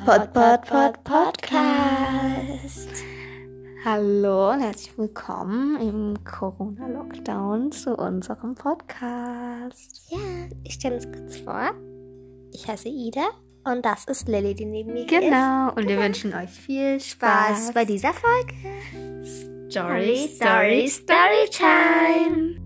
Podcast. Hallo und herzlich willkommen im Corona-Lockdown zu unserem Podcast. Ja, ich stelle uns kurz vor. Ich heiße Ida und das ist Lilly, die neben mir ist. Genau, und wir wünschen euch viel Spaß bei dieser Folge. Story Time.